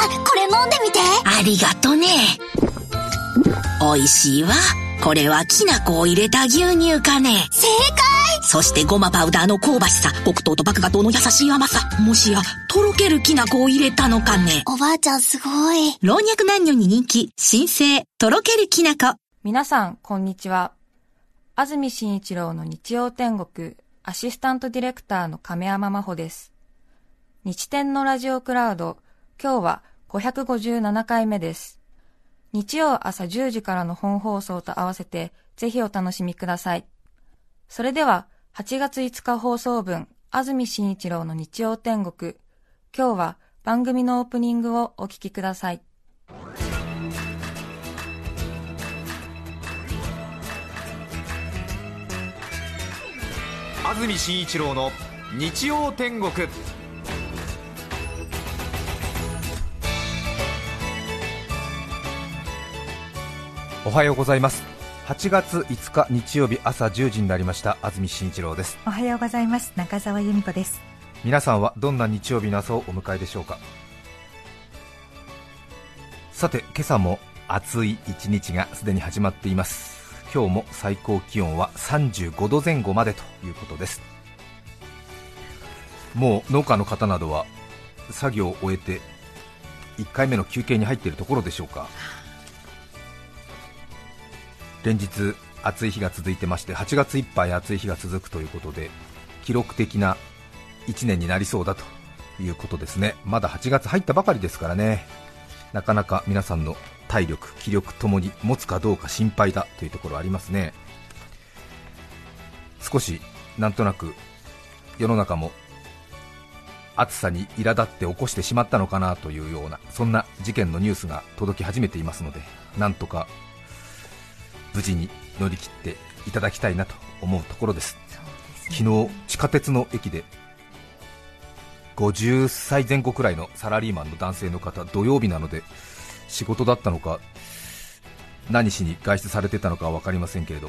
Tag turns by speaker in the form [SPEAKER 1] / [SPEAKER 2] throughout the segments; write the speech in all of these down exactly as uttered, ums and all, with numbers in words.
[SPEAKER 1] ゃん、これ飲んでみて。
[SPEAKER 2] ありがとね。おいしいわ。これはきな粉を入れた牛乳かね。
[SPEAKER 1] 正解。
[SPEAKER 2] そしてごまパウダーの香ばしさ、黒糖と麦芽糖の優しい甘さ、もしやとろけるきな粉を入れたのかね。
[SPEAKER 1] おばあちゃんすごい。
[SPEAKER 2] 老若男女に人気、新生とろけるきな粉。
[SPEAKER 3] 皆さんこんにちは。安住紳一郎の日曜天国アシスタントディレクターの亀山真帆です。日天のラジオクラウド、今日はごひゃくごじゅうななかいめです。日曜朝じゅうじからの本放送と合わせてぜひお楽しみください。それでははちがついつか放送分、安住紳一郎の日曜天国、今日は番組のオープニングをお聞きください。
[SPEAKER 4] 安住紳一郎の日曜天国。おはようございます。はちがついつか日曜日朝じゅうじになりました。安住紳一郎です。
[SPEAKER 5] おはようございます。中澤由美子です。
[SPEAKER 4] 皆さんはどんな日曜日の朝をお迎えでしょうか。さて、今朝も暑い一日がすでに始まっています。今日も最高気温はさんじゅうごどぜん後までということです。もう農家の方などは作業を終えていっかいめの休憩に入っているところでしょうか。連日暑い日が続いてまして、はちがついっぱい暑い日が続くということで記録的ないちねんになりそうだということですね。まだはちがつ入ったばかりですからね、なかなか皆さんの体力気力ともに持つかどうか心配だというところありますね。少しなんとなく世の中も暑さに苛立って起こしてしまったのかなというような、そんな事件のニュースが届き始めていますので、なんとか無事に乗り切っていただきたいなと思うところです。昨日地下鉄の駅でごじゅっさいぜん後くらいのサラリーマンの男性の方、土曜日なので仕事だったのか何しに外出されてたのかは分かりませんけれど、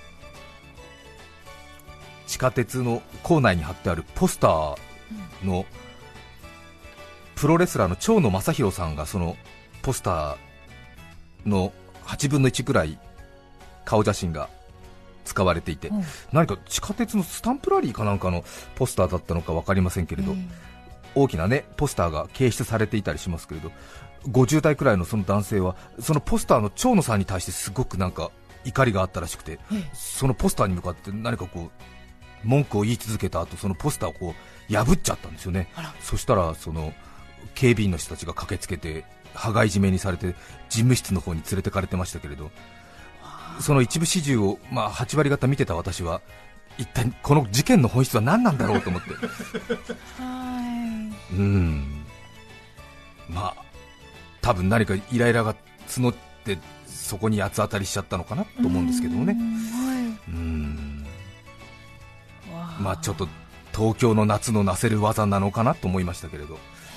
[SPEAKER 4] 地下鉄の構内に貼ってあるポスターのプロレスラーの蝶野正洋さんがそのポスターのはちぶんのいちくらい顔写真が使われていて、うん、何か地下鉄のスタンプラリーかなんかのポスターだったのか分かりませんけれど、うん、大きなねポスターが掲出されていたりしますけれど、ごじゅうだいくらいのその男性はそのポスターの蝶野さんに対してすごくなんか怒りがあったらしくて、うん、そのポスターに向かって何かこう文句を言い続けた後、そのポスターをこう破っちゃったんですよね。そしたらその警備員の人たちが駆けつけて羽交い締めにされて事務室の方に連れてかれてましたけれど、その一部始終を、まあ、はちわり方見てた私は一体この事件の本質は何なんだろうと思ってはいうんまあ多分何かイライラが募ってそこに八つ当たりしちゃったのかなと思うんですけどもね。うーんまあちょっと東京の夏のなせる技なのかなと思いましたけれど、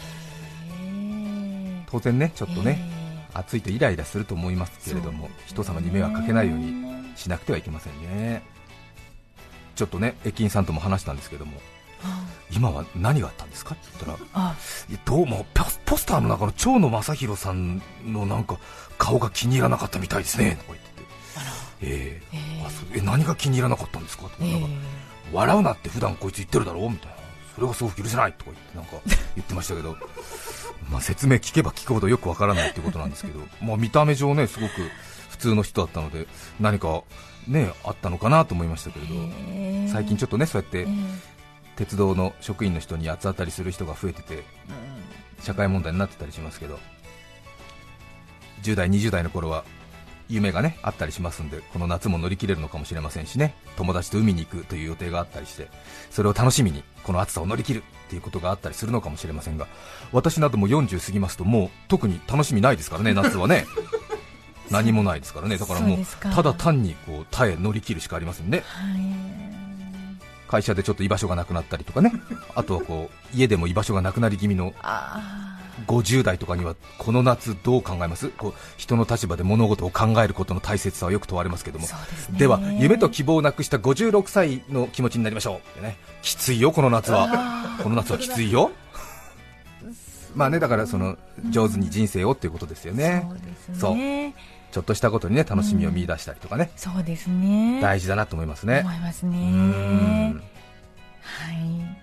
[SPEAKER 4] 当然ねちょっとね暑いとイライラすると思いますけれども、人様に迷惑かけないようにしなくてはいけませんね。ちょっとね駅員さんとも話したんですけども、今は何があったんですかって言ったら、どうもポスターの中の蝶野正洋さんのなんか顔が気に入らなかったみたいですねとか言ってて、えーえー、あそうえ何が気に入らなかったんですかとか、えー、なんか笑うなって普段こいつ言ってるだろうみたいな、それがすごく許せないとか言ってなんか言ってましたけどまあ説明聞けば聞くほどよくわからないってことなんですけどまあ見た目上ねすごく普通の人だったので何かねあったのかなと思いましたけれど、最近ちょっとねそうやって鉄道の職員の人に八つ当たりする人が増えてて社会問題になってたりしますけど、じゅうだいにじゅうだいの頃は夢がねあったりしますんで、この夏も乗り切れるのかもしれませんしね、友達と海に行くという予定があったりして、それを楽しみにこの暑さを乗り切るっていうことがあったりするのかもしれませんが、私などもよんじゅう過ぎますともう特に楽しみないですからね、夏はね何もないですからね。だからもうただ単にこう耐え乗り切るしかありませんね。会社でちょっと居場所がなくなったりとかねあとはこう家でも居場所がなくなり気味のごじゅうだいとかにはこの夏どう考えます？こう人の立場で物事を考えることの大切さはよく問われますけども、 で, では夢と希望をなくしたごじゅうろくさいの気持ちになりましょう、ね、きついよこの夏はこの夏はきついよまあね、だからその上手に人生をっていうことですよね。
[SPEAKER 3] そうですね。
[SPEAKER 4] そうちょっとしたことにね楽しみを見出したりとかね、
[SPEAKER 3] うん、そうですね。
[SPEAKER 4] 大事だなと思いますね。
[SPEAKER 3] 思いますね。
[SPEAKER 4] うん
[SPEAKER 3] はい。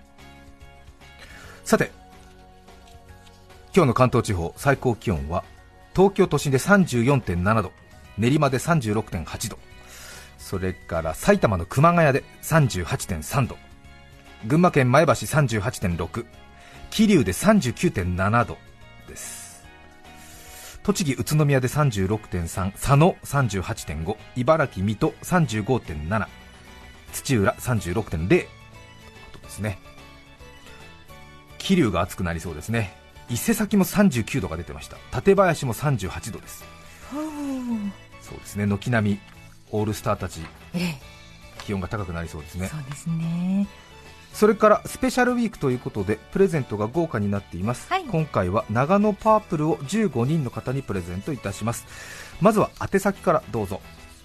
[SPEAKER 4] さて今日の関東地方最高気温は東京都心で さんじゅうよんてんななど、練馬で さんじゅうろくてんはちど、それから埼玉の熊谷で さんじゅうはちてんさんど、群馬県前橋 さんじゅうはちてんろく、桐生で さんじゅうきゅうてんななどです。栃木宇都宮で さんじゅうろくてんさん、佐野 さんじゅうはちてんご、茨城水戸 さんじゅうごてんなな、土浦 さんじゅうろくてんゼロ ということですね。桐生が暑くなりそうですね。伊勢崎もさんじゅうきゅうどが出てました。館林もさんじゅうはちどです。そうですね、軒並みオールスターたち、
[SPEAKER 3] ええ、
[SPEAKER 4] 気温が高くなりそうですね。
[SPEAKER 3] そうですね。
[SPEAKER 4] それからスペシャルウィークということでプレゼントが豪華になっています、
[SPEAKER 3] はい、
[SPEAKER 4] 今回は長野パープルをじゅうごにんの方にプレゼントいたします。まずは宛先からどうぞ。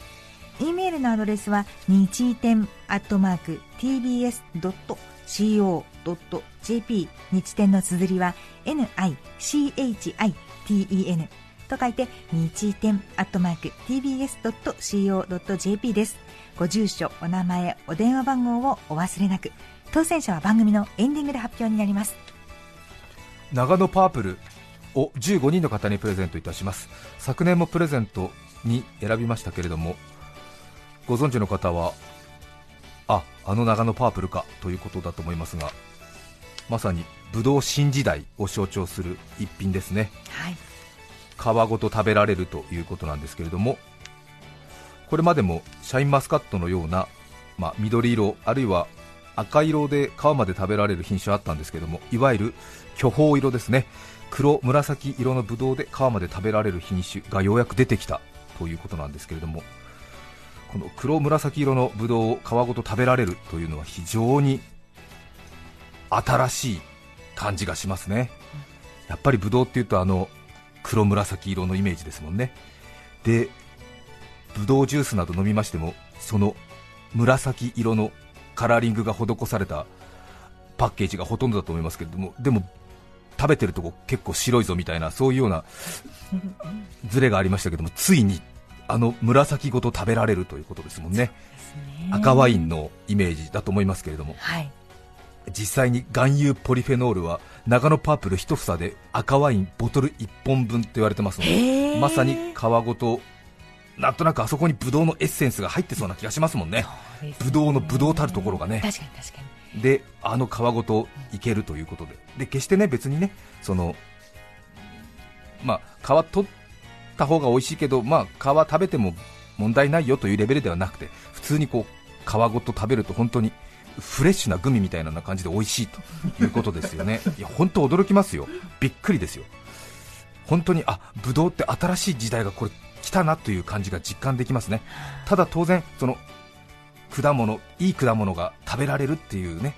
[SPEAKER 5] E メールのアドレスは日天アットマーク ティービーエスドットシーオードットジェーピー、 日天の綴りは エヌアイシーエイチアイティーイーエヌ と書いて日天アットマーク ティービーエスドットシーオードットジェーピー です。ご住所、お名前、お電話番号をお忘れなく。当選者は番組のエンディングで発表になります。
[SPEAKER 4] 長野パープルをじゅうごにんの方にプレゼントいたします。昨年もプレゼントに選びましたけれども、ご存知の方はあ、あの長野パープルかということだと思いますが、まさにブドウ新時代を象徴する一品ですね、
[SPEAKER 3] はい、
[SPEAKER 4] 皮ごと食べられるということなんですけれども、これまでもシャインマスカットのような、まあ、緑色あるいは赤色で皮まで食べられる品種あったんですけども、いわゆる巨峰色ですね、黒紫色のブドウで皮まで食べられる品種がようやく出てきたということなんですけれども、この黒紫色のブドウを皮ごと食べられるというのは非常に新しい感じがしますね。やっぱりブドウっていうとあの黒紫色のイメージですもんね。で、ブドウジュースなど飲みましてもその紫色のカラーリングが施されたパッケージがほとんどだと思いますけれども、でも食べてるとこ結構白いぞみたいな、そういうようなズレがありましたけども、ついにあの紫ごと食べられるということですもんね。赤ワインのイメージだと思いますけれども、
[SPEAKER 3] はい、
[SPEAKER 4] 実際に含有ポリフェノールは長野パープル一房で赤ワインボトルいっぽんぶんと言われてますので、まさに皮ごとなんとなくあそこにブドウのエッセンスが入ってそうな気がしますもんね。ブドウのブドウたるところがね、
[SPEAKER 3] 確かに確かに。
[SPEAKER 4] で、あの皮ごといけるということで、で決してね別にねそのまあ皮取った方が美味しいけど、まあ皮食べても問題ないよというレベルではなくて、普通にこう皮ごと食べると本当にフレッシュなグミみたいな感じで美味しいということですよね。いや本当驚きますよ、びっくりですよ。本当にあ、ブドウって新しい時代がこれ来たなという感じが実感できますね。ただ当然その果物、いい果物が食べられるっていうね、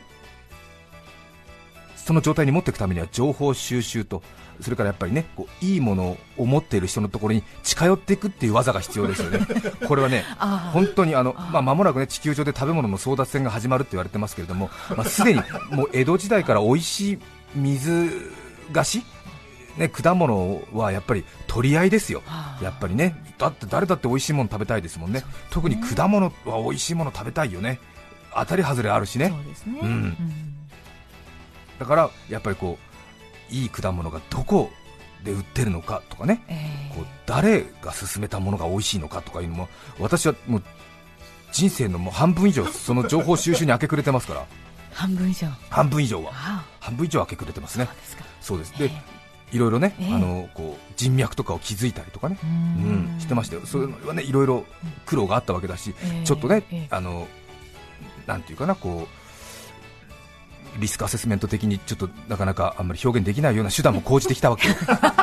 [SPEAKER 4] その状態に持っていくためには情報収集と、それからやっぱりねこういいものを持っている人のところに近寄っていくっていう技が必要ですよね。これはね本当にあのまあ間もなくね地球上で食べ物の争奪戦が始まるって言われてますけれども、まあ、すでにもう江戸時代から美味しい水菓子ね、果物はやっぱり取り合いですよ、やっぱりね。だって誰だって美味しいもの食べたいですもんね。特に果物は美味しいもの食べたいよね。当たり外れあるしね。
[SPEAKER 3] そうですね、
[SPEAKER 4] うん、だからやっぱりこういい果物がどこで売ってるのかとかね、えー、こう誰が勧めたものが美味しいのかとかいうのも、私はもう人生のもう半分以上その情報収集に明け暮れてますから
[SPEAKER 3] 半分以上
[SPEAKER 4] 半分以上は半分以上明け暮れてますね。そうです。で、えーいろいろね、えー、あのこう人脈とかを築いたりとかね、うん、してましたよ。それはねいろいろ苦労があったわけだし、えー、ちょっとね、えー、あのなんていうかな、こうリスクアセスメント的にちょっとなかなかあんまり表現できないような手段も講じてきたわけよ。うん、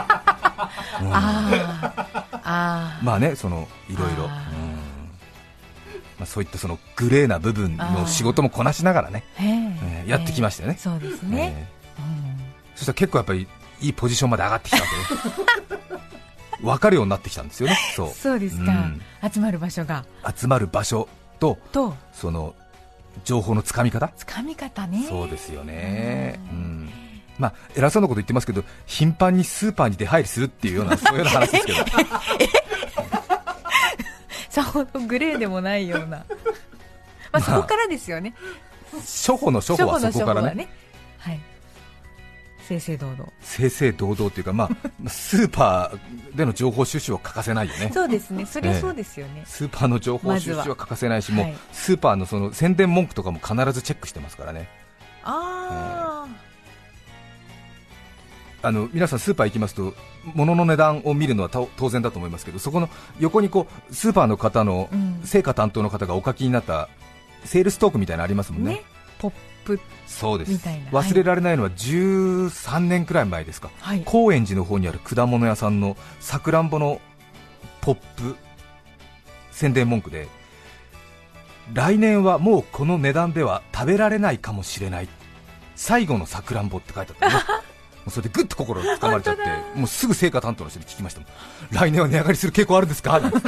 [SPEAKER 4] ああまあね、そのいろいろ、うん、まあ、そういったそのグレーな部分の仕事もこなしながらね、えー、やってきましたよね。
[SPEAKER 3] そうですね。
[SPEAKER 4] えーうん、そしたら結構やっぱりいいポジションまで上がってきたわけね。分かるようになってきたんですよね。そう、
[SPEAKER 3] そうですか、うん、集まる場所が
[SPEAKER 4] 集まる場所と、
[SPEAKER 3] と
[SPEAKER 4] その情報のつかみ方
[SPEAKER 3] つかみ方ね。
[SPEAKER 4] そうですよね、うん、 まあ、偉そうなこと言ってますけど、頻繁にスーパーに出入りするっていうようなそういうような話ですけど
[SPEAKER 5] さほどグレーでもないような、まあ、そこからですよね、
[SPEAKER 4] 初歩の初歩はそこから ね,
[SPEAKER 5] ね、はい、正々堂々
[SPEAKER 4] 正々堂々というか、まあ、スーパーでの情報収集は欠かせないよね
[SPEAKER 5] そうですね、それはそうですよね、
[SPEAKER 4] えー、スーパーの情報収集は欠かせないし、
[SPEAKER 5] ま
[SPEAKER 4] もうスーパー の, その宣伝文句とかも必ずチェックしてますからね。
[SPEAKER 5] あ、
[SPEAKER 4] えー、あの皆さんスーパー行きますと物の値段を見るのは当然だと思いますけど、そこの横にこうスーパーの方の青果担当の方がお書きになったセールストークみたいなのありますもんね。
[SPEAKER 5] ね、ポップ
[SPEAKER 4] そうです
[SPEAKER 5] みたいな、
[SPEAKER 4] 忘れられないのはじゅうさんねんくらい前ですか、
[SPEAKER 5] はい、
[SPEAKER 4] 高円寺の方にある果物屋さんのさくらんぼのポップ宣伝文句で、来年はもうこの値段では食べられないかもしれない最後のさくらんぼって書いてあったねもうそれでぐっと心をつかまれちゃって、もうすぐ青果担当の人に聞きましたもん、来年は値上がりする傾向あるんですかなんて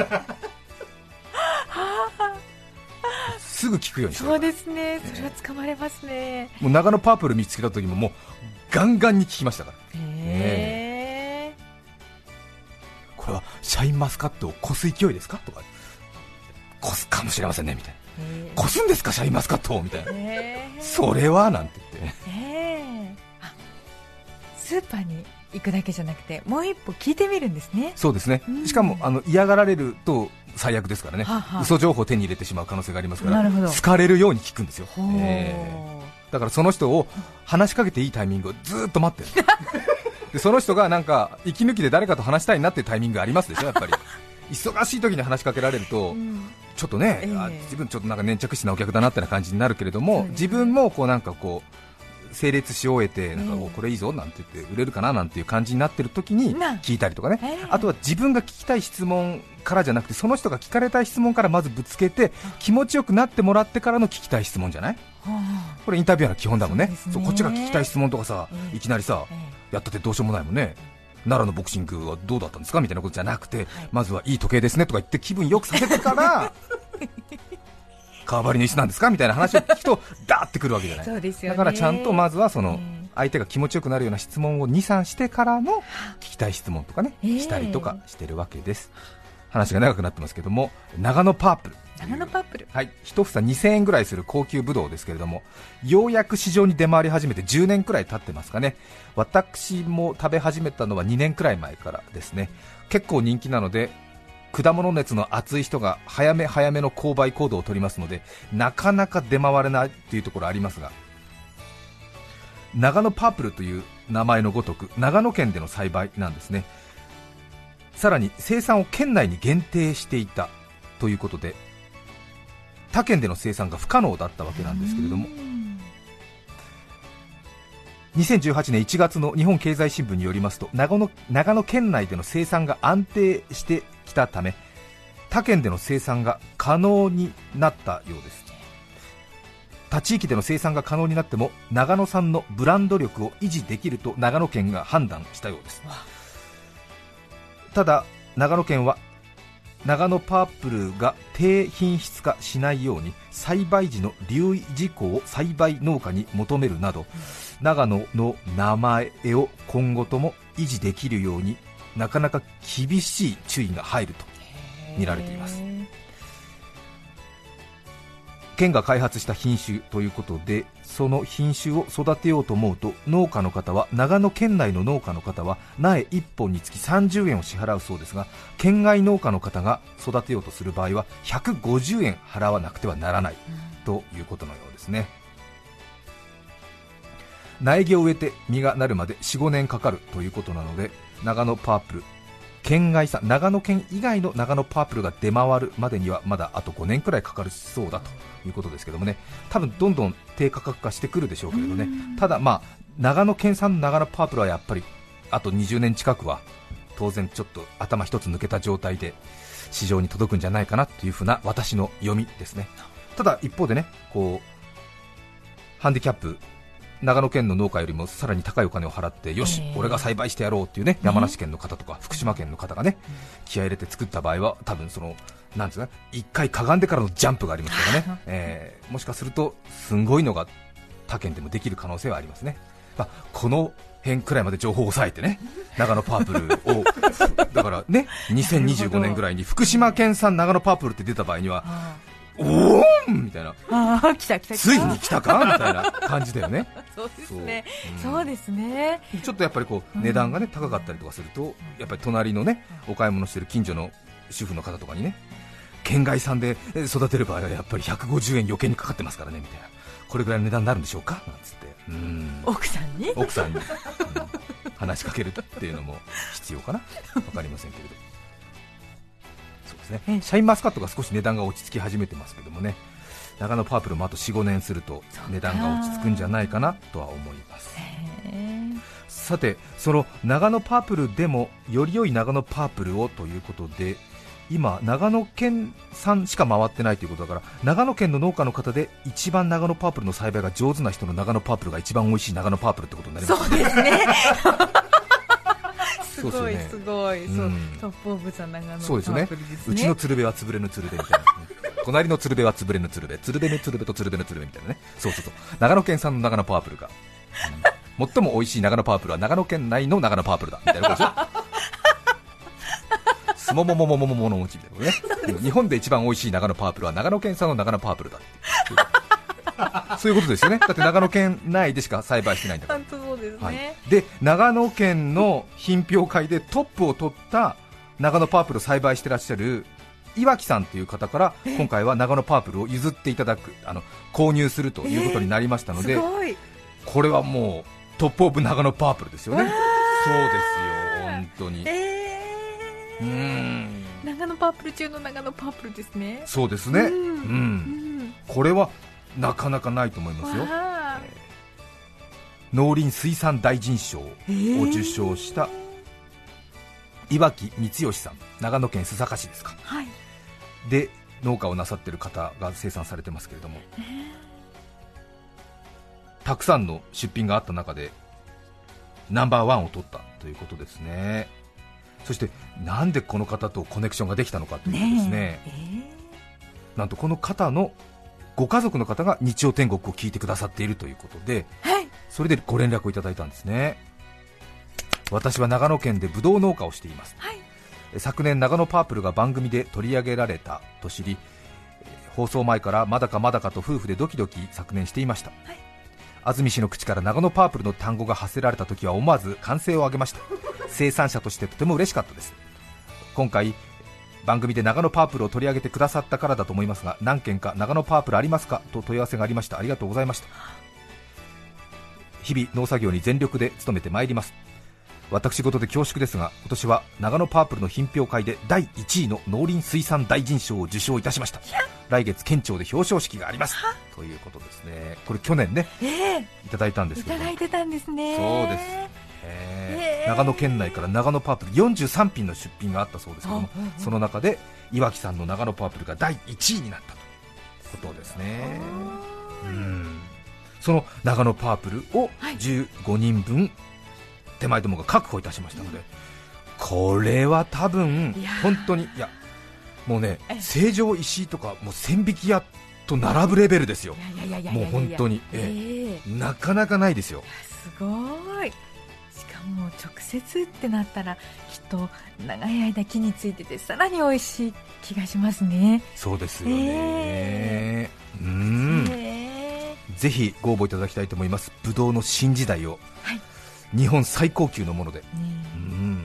[SPEAKER 4] すぐ聞くようにして、
[SPEAKER 5] そうですね、それは掴まれますね。
[SPEAKER 4] もう長野パープル見つけた時ももうガンガンに聞きましたから。
[SPEAKER 5] へー、
[SPEAKER 4] これはシャインマスカットを越す勢いですかとか、越すかもしれませんねみたいな、越すんですかシャインマスカットをみたいな、それはなんて言って、
[SPEAKER 5] えー、あ、スーパーに行くだけじゃなくてもう一歩聞いてみるんですね。
[SPEAKER 4] そうですね、しかもあの嫌がられると最悪ですからね、
[SPEAKER 5] はは
[SPEAKER 4] 嘘情報を手に入れてしまう可能性がありますから、
[SPEAKER 5] なるほど、
[SPEAKER 4] 好かれるように聞くんですよ、
[SPEAKER 5] ー
[SPEAKER 4] えー、だからその人を話しかけていいタイミングをずっと待ってるでその人がなんか息抜きで誰かと話したいなっていうタイミングがありますでしょ、やっぱり忙しい時に話しかけられると、うん、ちょっとね、えー、あ自分ちょっとなんか粘着質なお客だなってな感じになるけれども、ね、自分もこうなんかこう整列し終えてなんか、えー、これいいぞなんて言って売れるかななんていう感じになってる時に聞いたりとかね、えー、あとは自分が聞きたい質問からじゃなくてその人が聞かれたい質問からまずぶつけて気持ちよくなってもらってからの聞きたい質問じゃない、これインタビュアーの基本だもんね。そうそうこっちが聞きたい質問とかさ、えー、いきなりさ、えー、やったってどうしようもないもんね。奈良のボクシングはどうだったんですかみたいなことじゃなくて、はい、まずはいい時計ですねとか言って気分よくさせてから川張りの椅子なんですかみたいな話を聞くとダーってくるわけじゃない。
[SPEAKER 5] そうですよね、
[SPEAKER 4] だからちゃんとまずはその相手が気持ちよくなるような質問をに、さんしてからの聞きたい質問とかね、えー、したりとかしてるわけです。話が長くなってますけども、長野パープル、
[SPEAKER 5] 長野パープル、
[SPEAKER 4] はい、一房にせんえんぐらいする高級ブドウですけれども、ようやく市場に出回り始めてじゅうねんくらい経ってますかね。私も食べ始めたのはにねんくらい前からですね。結構人気なので果物熱の熱い人が早め早めの購買行動を取りますので、なかなか出回れないというところありますが、長野パープルという名前のごとく長野県での栽培なんですね。さらに生産を県内に限定していたということで他県での生産が不可能だったわけなんですけれども、にせんじゅうはちねんいちがつの日本経済新聞によりますと、長野、長野県内での生産が安定してきたため他県での生産が可能になったようです。他地域での生産が可能になっても長野産のブランド力を維持できると長野県が判断したようです。ただ長野県は長野パープルが低品質化しないように栽培時の留意事項を栽培農家に求めるなど、うん、長野の名前を今後とも維持できるようになかなか厳しい注意が入ると見られています。県が開発した品種ということで、その品種を育てようと思うと農家の方は長野県内の農家の方は苗いっぽんにつきさんじゅうえんを支払うそうですが、県外農家の方が育てようとする場合はひゃくごじゅうえん払わなくてはならない、うん、ということのようですね。苗木を植えて実がなるまで よん、ごねんかかるということなので、長野パープル県外産、長野県以外の長野パープルが出回るまでにはまだあとごねんくらいかかるそうだということですけどもね、多分どんどん低価格化してくるでしょうけれどね。ただまあ長野県産の長野パープルはやっぱりあとにじゅうねん近くは当然ちょっと頭一つ抜けた状態で市場に届くんじゃないかなというふうな私の読みですね。ただ一方でね、こうハンディキャップ、長野県の農家よりもさらに高いお金を払ってよし、えー、俺が栽培してやろうっていうね、山梨県の方とか福島県の方がね、うん、気合い入れて作った場合は多分そのなんですか、一回かがんでからのジャンプがありますからね、えー、もしかするとすんごいのが他県でもできる可能性はありますね。 まあ、この辺くらいまで情報を抑えてね、長野パープルをだからね、にせんにじゅうごねんぐらいに福島県産長野パープルって出た場合には、おーんみたいな、
[SPEAKER 5] ああ、来た来た来た、
[SPEAKER 4] ついに来たかみたいな感じだよね。
[SPEAKER 5] そうですね、
[SPEAKER 4] そう、
[SPEAKER 5] そうですね。
[SPEAKER 4] ちょっとやっぱりこう値段がね高かったりとかすると、やっぱり隣のねお買い物してる近所の主婦の方とかにね、県外産で育てる場合はやっぱりひゃくごじゅうえん余計にかかってますからねみたいな、これぐらいの値段になるんでしょうかなんつって、うん、
[SPEAKER 5] 奥さんに
[SPEAKER 4] 奥さんに、うん、話しかけるっていうのも必要かな、分かりませんけれど、そうですね、シャインマスカットが少し値段が落ち着き始めてますけどもね、長野パープルもあと よん、ごねんすると値段が落ち着くんじゃないかなとは思います。さて、その長野パープルでもより良い長野パープルをということで、今長野県産しか回ってないということだから、長野県の農家の方で一番長野パープルの栽培が上手な人の長野パープルが一番美味しい長野パープルってことになりますね。
[SPEAKER 5] そうですねす
[SPEAKER 4] そう
[SPEAKER 5] ごい
[SPEAKER 4] ですよね、
[SPEAKER 5] すごい、そう、
[SPEAKER 4] うん、
[SPEAKER 5] トップオブザ長野パ
[SPEAKER 4] そうですよね
[SPEAKER 5] ープルですね。
[SPEAKER 4] うちの鶴瓶は潰れぬ鶴瓶みたいな隣の鶴瓶は潰れぬ鶴瓶、鶴瓶の鶴瓶と鶴瓶の鶴瓶みたいなね、そうそうそう、長野県産の長野パープルが、うん、最も美味しい長野パープルは長野県内の長野パープルだみたいなことでしょすももももももものもちみたいなことね、日本で一番美味しい長野パープルは長野県産の長野パープルだってそういうことですよね。だって長野県内でしか栽培してないんだから。
[SPEAKER 5] 本当そうですね、
[SPEAKER 4] はい、で長野県の品評会でトップを取った長野パープルを栽培してらっしゃる岩木さんという方から今回は長野パープルを譲っていただく、あの購入するということになりましたので、
[SPEAKER 5] えー、すごい、
[SPEAKER 4] これはもうトップオブ長野パープルですよね。そうですよ、本当に、
[SPEAKER 5] えー、
[SPEAKER 4] うーん、
[SPEAKER 5] 長野パープル中の長野パープルですね。
[SPEAKER 4] そうですね、うん、うん、これはなかなかないと思いますよ。えー、農林水産大臣賞を受賞した岩木光義さん、長野県須坂市ですか、はい、で農家をなさっている方が生産されてますけれども、えー、たくさんの出品があった中でナンバーワンを取ったということですね。そしてなんでこの方とコネクションができたのかということです ね, ね、えー、なんとこの方のご家族の方が日曜天国を聞いてくださっているということで、はい、それでご連絡をいただいたんですね。私は長野県でブドウ農家をしています、はい、昨年長野パープルが番組で取り上げられたと知り、放送前からまだかまだかと夫婦でドキドキ昨年していました、はい、安住氏の口から長野パープルの単語が発せられた時は思わず歓声を上げました生産者としてとても嬉しかったです。今回番組で長野パープルを取り上げてくださったからだと思いますが、何件か長野パープルありますかと問い合わせがありました。ありがとうございました。日々農作業に全力で努めてまいります。私事で恐縮ですが、今年は長野パープルの品評会でだいいちいの農林水産大臣賞を受賞いたしました。来月県庁で表彰式がありますということですね。これ去年ね、えー、いただいたんですけど、
[SPEAKER 5] いただいてたんですね。
[SPEAKER 4] そうです、えーえー、長野県内から長野パープルよんじゅうさんぴんの出品があったそうですけども、その中で岩木さんの長野パープルがだいいちいになったということですね。うん、その長野パープルをじゅうごにんぶん、はい、手前どもが確保いたしましたので、これは多分本当に、いやもうね、成城石井とかもう千匹屋と並ぶレベルですよ。もう本当に、えー、なかなかないですよ。
[SPEAKER 5] すごい。しかも直接ってなったらきっと長い間木についててさらに美味しい気がしますね。
[SPEAKER 4] そうですよね、えー、うーん、えー、ぜひご応募いただきたいと思います。ぶどうの新時代を、はい、日本最高級のもので、うん、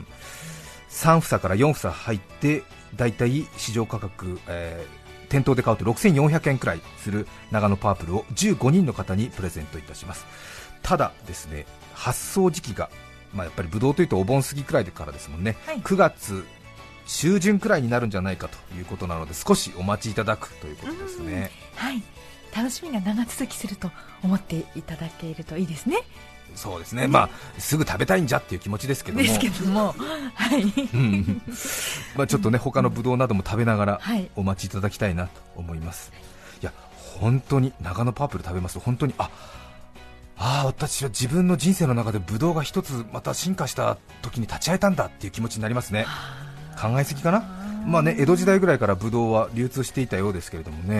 [SPEAKER 4] さんふさからよんふさ入ってだいたい市場価格、えー、店頭で買うとろくせんよんひゃくえんくらいする長野パープルをじゅうごにんの方にプレゼントいたします。ただですね、発送時期が、まあ、やっぱりブドウというとお盆過ぎくらいからですもんね、はい、くがつしゅうじゅんくらいになるんじゃないかということなので、少しお待ちいただくということですね。
[SPEAKER 5] はい、楽しみが長続きすると思っていただけるといいですね。
[SPEAKER 4] そうですね、まあ、すぐ食べたいんじゃっていう気持ちですけども、
[SPEAKER 5] ですけども、はい、
[SPEAKER 4] まあちょっとね、他のブドウなども食べながらお待ちいただきたいなと思います。いや本当に長野パープル食べますと本当に、ああ私は自分の人生の中でブドウが一つまた進化した時に立ち会えたんだっていう気持ちになりますね。考えすぎかな。まあね、江戸時代ぐらいからブドウは流通していたようですけれどもね、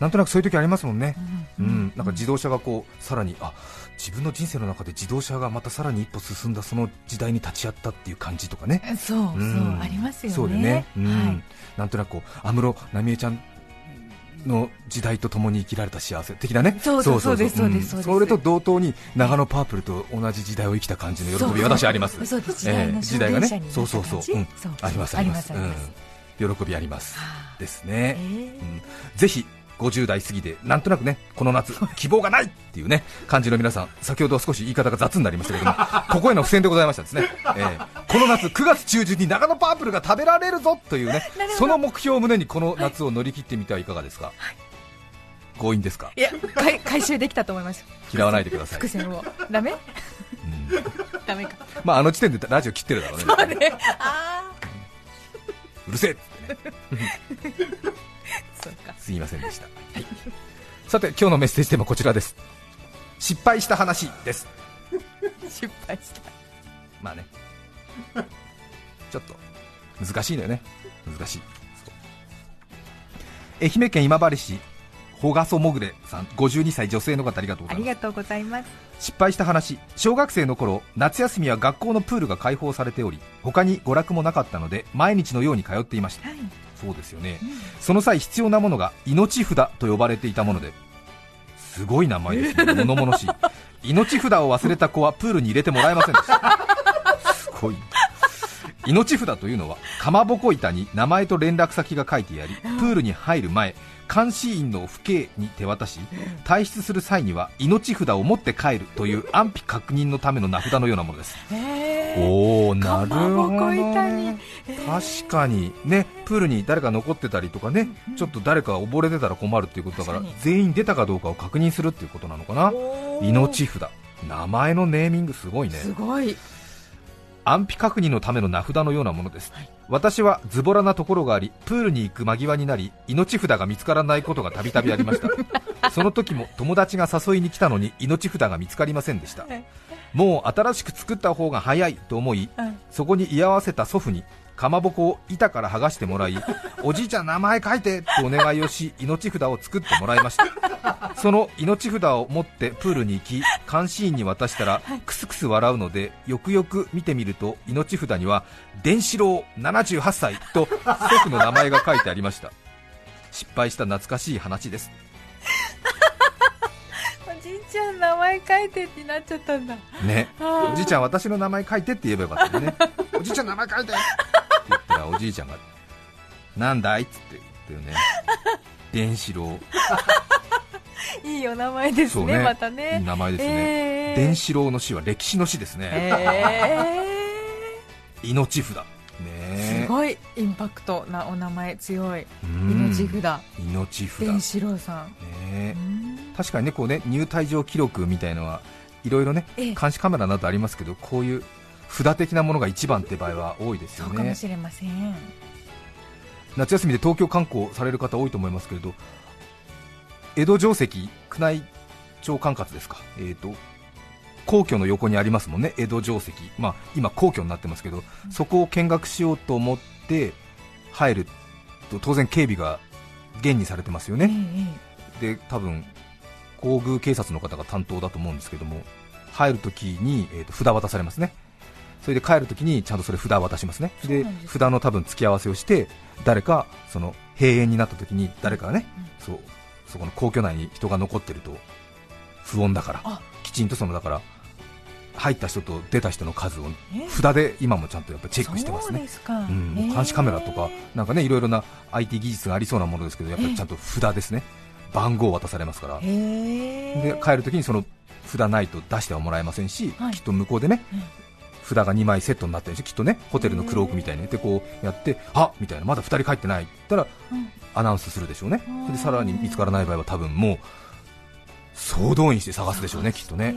[SPEAKER 4] なんとなくそういう時ありますもんね、
[SPEAKER 5] う
[SPEAKER 4] うんんうん、なんか自動車がこうさらにあ自分の人生の中で自動車がまたさらに一歩進んだその時代に立ち会ったっていう感じとかね、
[SPEAKER 5] そうそう、うん、ありますよね。
[SPEAKER 4] そうでね、うん、
[SPEAKER 5] はい、
[SPEAKER 4] なんとなくこう安室奈美恵ちゃんの時代とともに生きられた幸せ的なね、
[SPEAKER 5] そうそうそうです、そうです、
[SPEAKER 4] それと同等に長野パープルと同じ時代を生きた感じの喜び、私あります。
[SPEAKER 5] そうです、時代の
[SPEAKER 4] 時代がね、
[SPEAKER 5] そ
[SPEAKER 4] うそうそう、うん、ありますあります、うん、喜びありますですね、
[SPEAKER 5] えー
[SPEAKER 4] うん、ぜひごじゅう代過ぎでなんとなくねこの夏希望がないっていうね感じの皆さん、先ほど少し言い方が雑になりましたけれどもここへの付箋でございましたですね、えー、この夏くがつ中旬に長野パープルが食べられるぞというねその目標を胸にこの夏を乗り切ってみてはいかがですか、はい、強引ですか。
[SPEAKER 5] いや回収できたと思います。
[SPEAKER 4] 嫌わないでください。
[SPEAKER 5] 伏線をダメ、うん、ダメか、
[SPEAKER 4] まああの時点でラジオ切ってるだろうね。
[SPEAKER 5] そうね、あ
[SPEAKER 4] ーうるせえってね
[SPEAKER 5] そうか、
[SPEAKER 4] すいませんでした、はい、さて今日のメッセージテーマこちらです。失敗した話です。
[SPEAKER 5] 失敗した
[SPEAKER 4] まあねちょっと難しいのよね、難しい。愛媛県今治市ほがそもぐれさん、ごじゅうにさい女性の方、ありがとうございます。
[SPEAKER 5] ありがとうございます。
[SPEAKER 4] 失敗した話。小学生の頃、夏休みは学校のプールが開放されており、他に娯楽もなかったので毎日のように通っていました、はい、そうですよね、うん、その際必要なものが命札と呼ばれていたもので、すごい名前ですね、物々しい。命札を忘れた子はプールに入れてもらえませんでした。すごい。命札というのはかまぼこ板に名前と連絡先が書いてあり、プールに入る前、監視員の父兄に手渡し、退出する際には命札を持って帰るという安否確認のための名札のようなものです。おー、なるほど、ね、確かにね、プールに誰か残ってたりとかね、ちょっと誰か溺れてたら困るっていうことだから、全員出たかどうかを確認するっていうことなのかな。命札、名前のネーミングすごいね。
[SPEAKER 5] すごい。
[SPEAKER 4] 安否確認のための名札のようなものです、はい、私はズボラなところがあり、プールに行く間際になり命札が見つからないことがたびたびありましたその時も友達が誘いに来たのに命札が見つかりませんでした。もう新しく作った方が早いと思い、そこに居合わせた祖父にかまぼこを板から剥がしてもらい、おじいちゃん名前書いてとお願いをし、命札を作ってもらいました。その命札を持ってプールに行き、監視員に渡したらクスクス笑うので、よくよく見てみると命札には伝四郎ななじゅうはっさいと祖父の名前が書いてありました。失敗した懐かしい話です。
[SPEAKER 5] おじいちゃん名前書いてってなっちゃったんだ
[SPEAKER 4] ね。おじいちゃん私の名前書いてって言えばよかったね。おじいちゃん名前書いてって言ったら、おじいちゃんがなんだいっつって言ってるね。伝四郎
[SPEAKER 5] いいお名前です ね, ねまたね、
[SPEAKER 4] いい名前ですね、えー、伝四郎の死は歴史の死ですね、
[SPEAKER 5] え
[SPEAKER 4] ー、命札ね、
[SPEAKER 5] すごいインパクトなお名前、強い。命札、
[SPEAKER 4] 命札、
[SPEAKER 5] 伝四郎さん、
[SPEAKER 4] ね、確かにね、こうね、入退場記録みたいのはいろいろね、監視カメラなどありますけど、こういう札的なものが一番って場合は多いですよね。
[SPEAKER 5] そうかもしれません。
[SPEAKER 4] 夏休みで東京観光される方多いと思いますけれど、江戸城跡、宮内庁管轄ですか、えーと皇居の横にありますもんね、江戸城跡、まあ、今皇居になってますけど、うん、そこを見学しようと思って入ると当然警備が厳にされてますよね、えー、で多分皇宮警察の方が担当だと思うんですけども、入るときに、えーと札渡されますね。それで帰るときにちゃんとそれ札渡しますね。で札の多分付き合わせをして、誰かその閉園になったときに誰かがね、うん、そうそこの皇居内に人が残ってると不穏だから、きちんとそのだから入った人と出た人の数を札で今もちゃんとやっぱチェックしてますね。
[SPEAKER 5] そうですか、
[SPEAKER 4] うん、監視カメラとかなんかね、いろいろな アイティー 技術がありそうなものですけど、やっぱりちゃんと札ですね、番号を渡されますから、で帰るときにその札ないと出してはもらえませんし、はい、きっと向こうでね、札がにまいセットになってるんですよ、きっとね、ホテルのクロークみたいにでこうやって、あみたいな、まだふたり帰ってないって言ったら、うん、アナウンスするでしょうね。でさらに見つからない場合は多分もう総動員して探すでしょうね、きっとね。うん、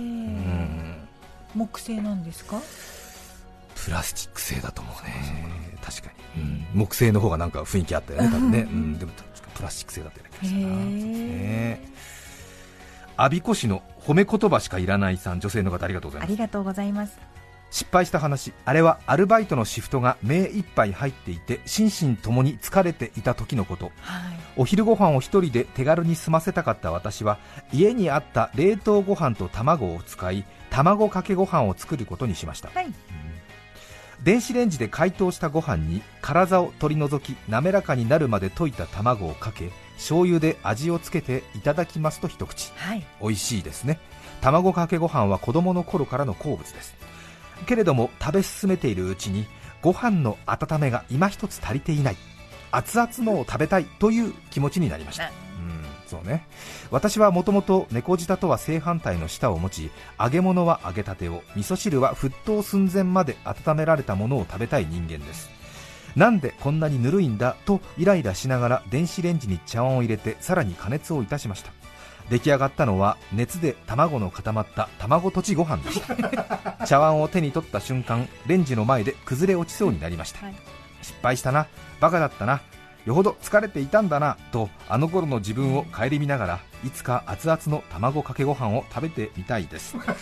[SPEAKER 5] 木製なんですか？
[SPEAKER 4] プラスチック製だと思うね、確かに、うん、木製の方がなんか雰囲気あったよね、多分ね、うん、でもプラスチック製だったよね。我孫子市の褒め言葉しかいらないさん、女性の方、ありがとうございます。
[SPEAKER 5] ありがとうございます。
[SPEAKER 4] 失敗した話。あれはアルバイトのシフトが目いっぱい入っていて心身ともに疲れていた時のこと、
[SPEAKER 5] はい、
[SPEAKER 4] お昼ご飯を一人で手軽に済ませたかった私は、家にあった冷凍ご飯と卵を使い、卵かけご飯を作ることにしました、
[SPEAKER 5] はい。
[SPEAKER 4] 電子レンジで解凍したご飯に辛さを取り除き、滑らかになるまで溶いた卵をかけ、醤油で味をつけていただきますと一口。
[SPEAKER 5] はい。
[SPEAKER 4] 美味しいですね。卵かけご飯は子供の頃からの好物です。けれども食べ進めているうちに、ご飯の温めが今一つ足りていない、熱々のを食べたいという気持ちになりました。うん、そうね。私はもともと猫舌とは正反対の舌を持ち、揚げ物は揚げたてを、味噌汁は沸騰寸前まで温められたものを食べたい人間です。なんでこんなにぬるいんだとイライラしながら電子レンジに茶碗を入れてさらに加熱をいたしました。出来上がったのは熱で卵の固まった卵とちご飯でした茶碗を手に取った瞬間、レンジの前で崩れ落ちそうになりました、はい、失敗したな、バカだったな、よほど疲れていたんだなと、あの頃の自分を顧みながら、いつか熱々の卵かけご飯を食べてみたいですね、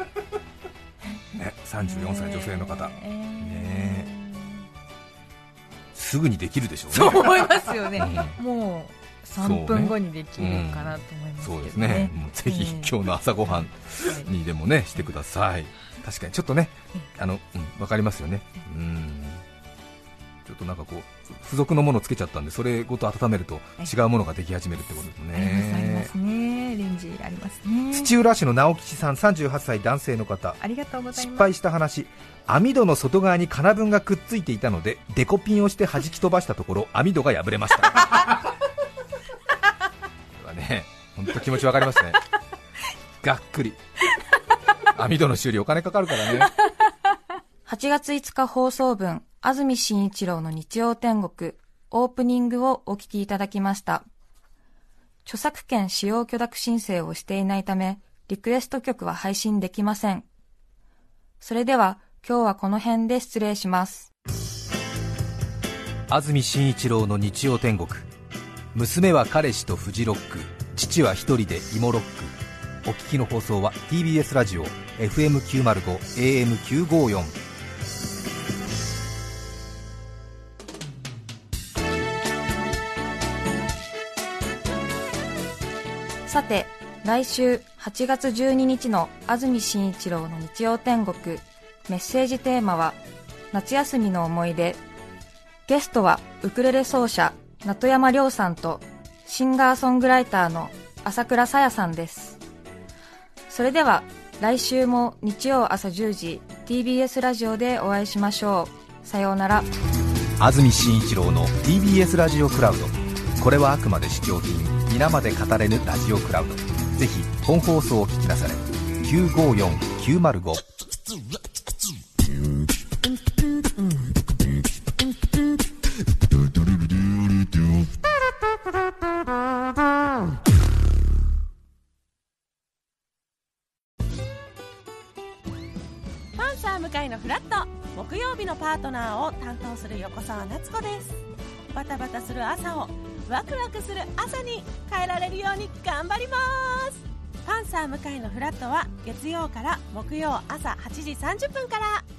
[SPEAKER 4] さんじゅうよんさい女性の方、えーね、すぐにできるでしょうね。
[SPEAKER 5] そう思いますよね、うん、もうさんぷんごにできるかなと思いますけどね。そうですね。
[SPEAKER 4] もうぜひ今日の朝ごはんにでもね、してください。確かにちょっとね、あの、うん、わかりますよね。うん。ちょっとなんかこう付属のものをつけちゃったんで、それごと温めると違うものができ始めるってことですね。
[SPEAKER 5] ありますね。レンジありますね。
[SPEAKER 4] 土浦市の直吉さん、さんじゅうはっさい男性の方。
[SPEAKER 5] ありがとうございます。
[SPEAKER 4] 失敗した話。網戸の外側に金分がくっついていたので、デコピンをして弾き飛ばしたところ、網戸が破れました。本当気持ちわかりますね。がっくり。網戸の修理お金かかるからね。
[SPEAKER 3] はちがついつか放送分、安住紳一郎の日曜天国、オープニングをお聞きいただきました。著作権使用許諾申請をしていないため、リクエスト曲は配信できません。それでは、今日はこの辺で失礼します。
[SPEAKER 4] 安住紳一郎の日曜天国。娘は彼氏とフジロック、父は一人で芋ロック。お聞きの放送は ティービーエス ラジオ エフエムきゅうまるご エーエムきゅうごよん。
[SPEAKER 3] さて、来週はちがつじゅうににちの安住紳一郎の日曜天国、メッセージテーマは夏休みの思い出。ゲストはウクレレ奏者名戸山亮さんとシンガーソングライターの朝倉さやさんです。それでは来週も日曜朝じゅうじ ティービーエス ラジオでお会いしましょう。さようなら。
[SPEAKER 4] 安住紳一郎の ティービーエス ラジオクラウド。これはあくまで試供品、皆まで語れぬラジオクラウド。ぜひ本放送を聞きなされ。きゅうごよんきゅうまるご。
[SPEAKER 6] パンサー向かいのフラット、木曜日のパートナーを担当する横澤夏子です。バタバタする朝をワクワクする朝に変えられるように頑張ります。パンサー向かいのフラットは月曜から木曜朝はちじさんじゅっぷんから。